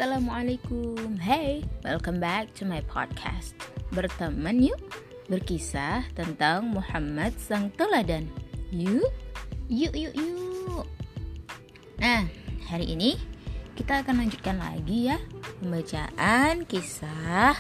Assalamualaikum. Hey, welcome back to my podcast. Berteman yuk, berkisah tentang Muhammad sang teladan. Yuk. Nah, hari ini kita akan lanjutkan lagi ya pembacaan kisah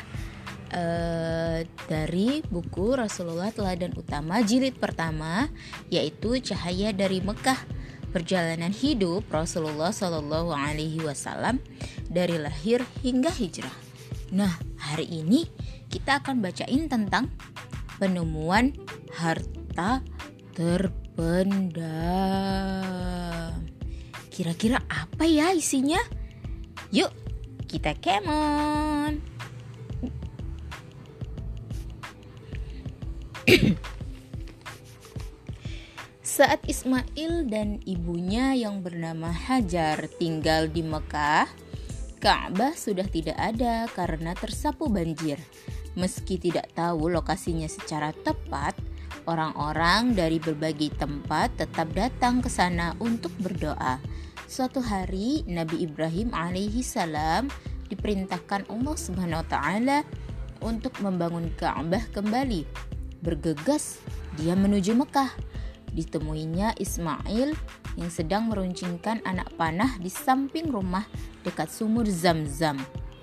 dari buku Rasulullah Teladan Utama jilid pertama, yaitu Cahaya dari Mekah. Perjalanan hidup Rasulullah Shallallahu Alaihi Wasallam dari lahir hingga hijrah. Nah, hari ini kita akan bacain tentang penemuan harta terpendam. Kira-kira apa ya isinya? Yuk, kita come on. Saat Ismail dan ibunya yang bernama Hajar tinggal di Mekah, Ka'bah sudah tidak ada karena tersapu banjir. Meski tidak tahu lokasinya secara tepat, orang-orang dari berbagai tempat tetap datang ke sana untuk berdoa. Suatu hari, Nabi Ibrahim alaihissalam diperintahkan Allah Subhanahu wa taala untuk membangun Ka'bah kembali. Bergegas dia menuju Mekah. Ditemuinya Ismail yang sedang meruncingkan anak panah di samping rumah dekat sumur Zam-Zam.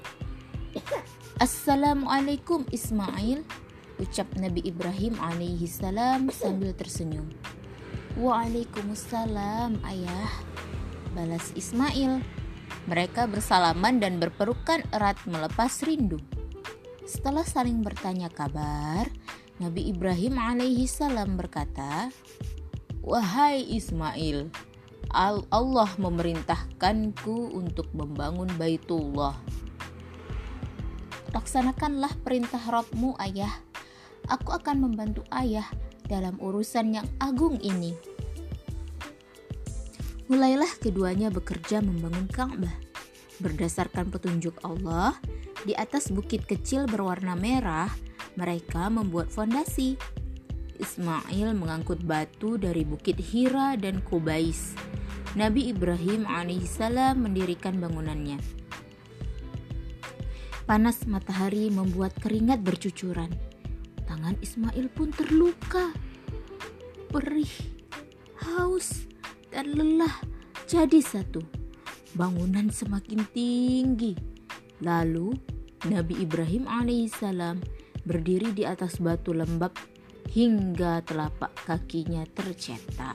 Assalamualaikum Ismail, ucap Nabi Ibrahim alaihissalam sambil tersenyum. Waalaikumsalam ayah, balas Ismail. Mereka bersalaman dan berpelukan erat melepas rindu. Setelah saling bertanya kabar, Nabi Ibrahim alaihissalam berkata, "Wahai Ismail, Allah memerintahkanku untuk membangun Baitullah. Laksanakanlah perintah Rabbmu ayah. Aku akan membantu ayah dalam urusan yang agung ini." Mulailah keduanya bekerja membangun Ka'bah. Berdasarkan petunjuk Allah, di atas bukit kecil berwarna merah, mereka membuat fondasi. Ismail mengangkut batu dari bukit Hira dan Kubais. Nabi Ibrahim alaihissalam mendirikan bangunannya. Panas matahari membuat keringat bercucuran. Tangan Ismail pun terluka. Perih, haus, dan lelah jadi satu. Bangunan semakin tinggi. Lalu Nabi Ibrahim alaihissalam berdiri di atas batu lembab hingga telapak kakinya tercetak.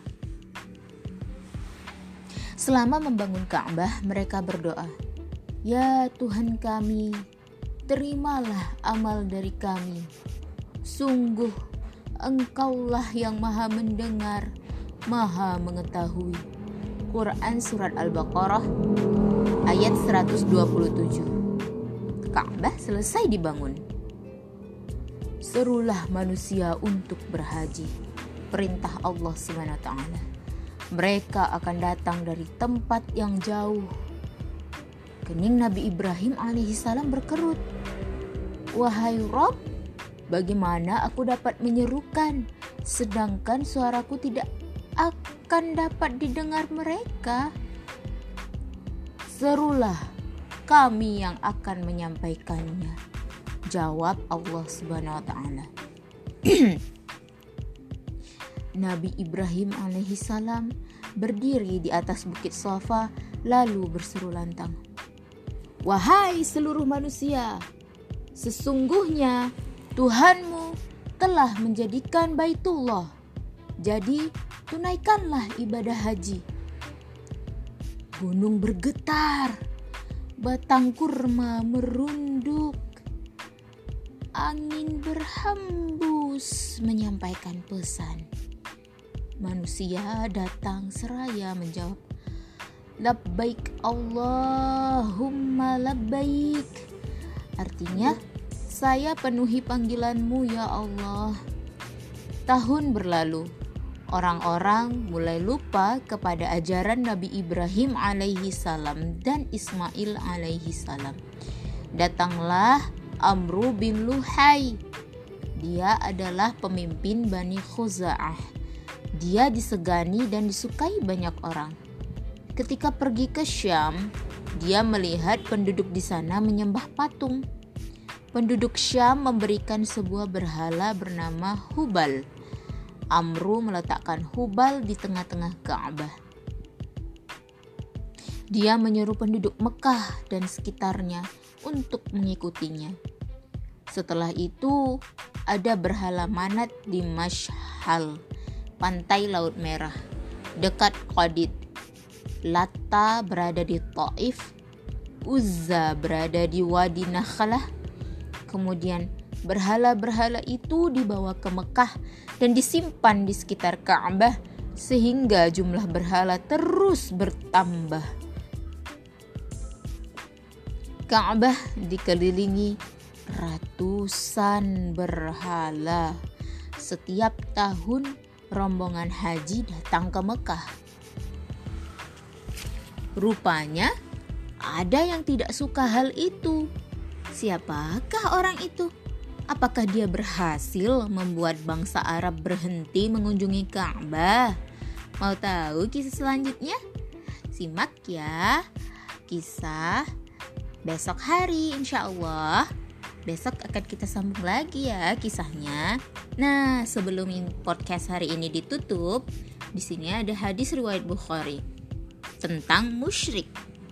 Selama membangun Ka'bah, mereka berdoa, "Ya Tuhan kami, terimalah amal dari kami. Sungguh Engkaulah yang Maha Mendengar, Maha Mengetahui." Quran Surat Al-Baqarah ayat 127. Ka'bah selesai dibangun. Serulah manusia untuk berhaji, perintah Allah SWT. Mereka akan datang dari tempat yang jauh. Kening Nabi Ibrahim alaihissalam berkerut. "Wahai Rabb, bagaimana aku dapat menyerukan, sedangkan suaraku tidak akan dapat didengar mereka?" "Serulah, kami yang akan menyampaikannya," jawab Allah Subhanahu wa taala. Nabi Ibrahim alaihissalam berdiri di atas bukit Safa lalu berseru lantang, "Wahai seluruh manusia, sesungguhnya Tuhanmu telah menjadikan Baitullah. Jadi tunaikanlah ibadah haji." Gunung bergetar, batang kurma merunduk, angin berhembus menyampaikan pesan. Manusia datang seraya menjawab, "Labbaik Allahumma labbaik." Artinya, "Saya penuhi panggilanmu ya Allah." Tahun berlalu, orang-orang mulai lupa kepada ajaran Nabi Ibrahim alaihissalam dan Ismail alaihissalam. Datanglah Amru bin Luhai. Dia adalah pemimpin Bani Khuza'ah. Dia disegani dan disukai banyak orang. Ketika pergi ke Syam, Dia melihat penduduk di sana menyembah patung. Penduduk Syam memberikan sebuah berhala bernama Hubal. Amru meletakkan Hubal di tengah-tengah Ka'bah. Dia menyuruh penduduk Mekah dan sekitarnya untuk mengikutinya. Setelah itu, ada berhala Manat di Mashhal, pantai Laut Merah, dekat Qadid. Lata berada di Taif, Uzza berada di Wadi Nakhlah. Kemudian berhala-berhala itu dibawa ke Mekah dan disimpan di sekitar Ka'bah sehingga jumlah berhala terus bertambah. Ka'bah dikelilingi ratusan berhala. Setiap tahun rombongan haji datang ke Mekah. Rupanya ada yang tidak suka hal itu. Siapakah orang itu? Apakah dia berhasil membuat bangsa Arab berhenti mengunjungi Ka'bah? Mau tahu kisah selanjutnya? Simak ya kisah besok hari, insya Allah. Besok akan kita sambung lagi ya kisahnya. Nah, sebelum podcast hari ini ditutup, di sini ada hadis riwayat Bukhari tentang musyrik.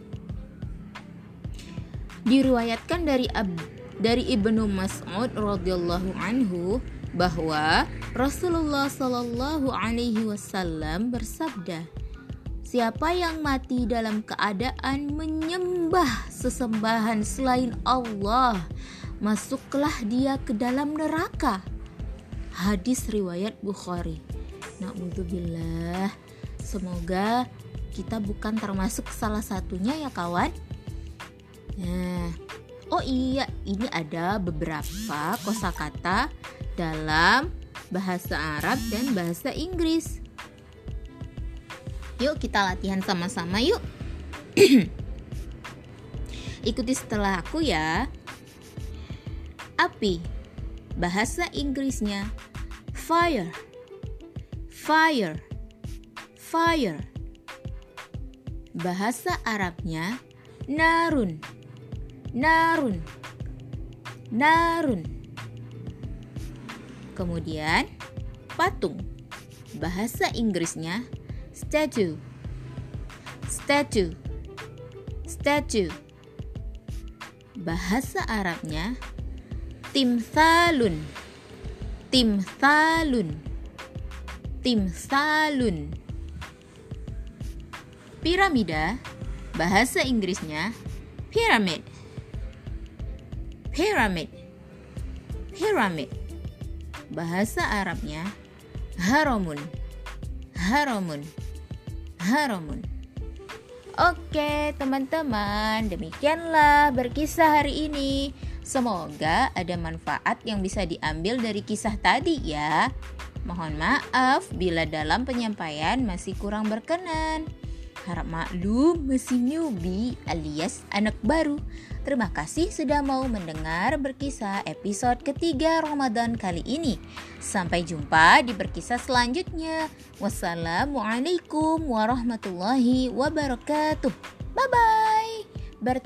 Diriwayatkan dari Ibnu Mas'ud radhiyallahu anhu bahwa Rasulullah sallallahu alaihi wasallam bersabda, siapa yang mati dalam keadaan menyembah sesembahan selain Allah, masuklah dia ke dalam neraka. Hadis riwayat Bukhari. Na'udzubillah. Semoga kita bukan termasuk salah satunya ya kawan. Nah, oh iya, ini ada beberapa kosakata dalam bahasa Arab dan bahasa Inggris. Yuk kita latihan sama-sama yuk. Ikuti setelah aku ya. Api, bahasa Inggrisnya fire, fire, fire. Bahasa Arabnya narun, narun, narun. Kemudian patung, bahasa Inggrisnya statue, statue, statue. Bahasa Arabnya timthalun, timthalun, timthalun. Piramida, bahasa Inggrisnya pyramid, pyramid, pyramid. Bahasa Arabnya haramun, haramun, haramun. Oke teman-teman, demikianlah berkisah hari ini. Semoga ada manfaat yang bisa diambil dari kisah tadi ya. Mohon maaf bila dalam penyampaian masih kurang berkenan. Harap maklum masih newbie alias anak baru. Terima kasih sudah mau mendengar berkisah episode ketiga Ramadan kali ini. Sampai jumpa di berkisah selanjutnya. Wassalamualaikum warahmatullahi wabarakatuh. Bye-bye.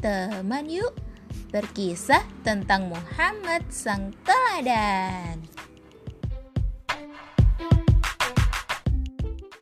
Berteman yuk. Berkisah tentang Muhammad sang teladan.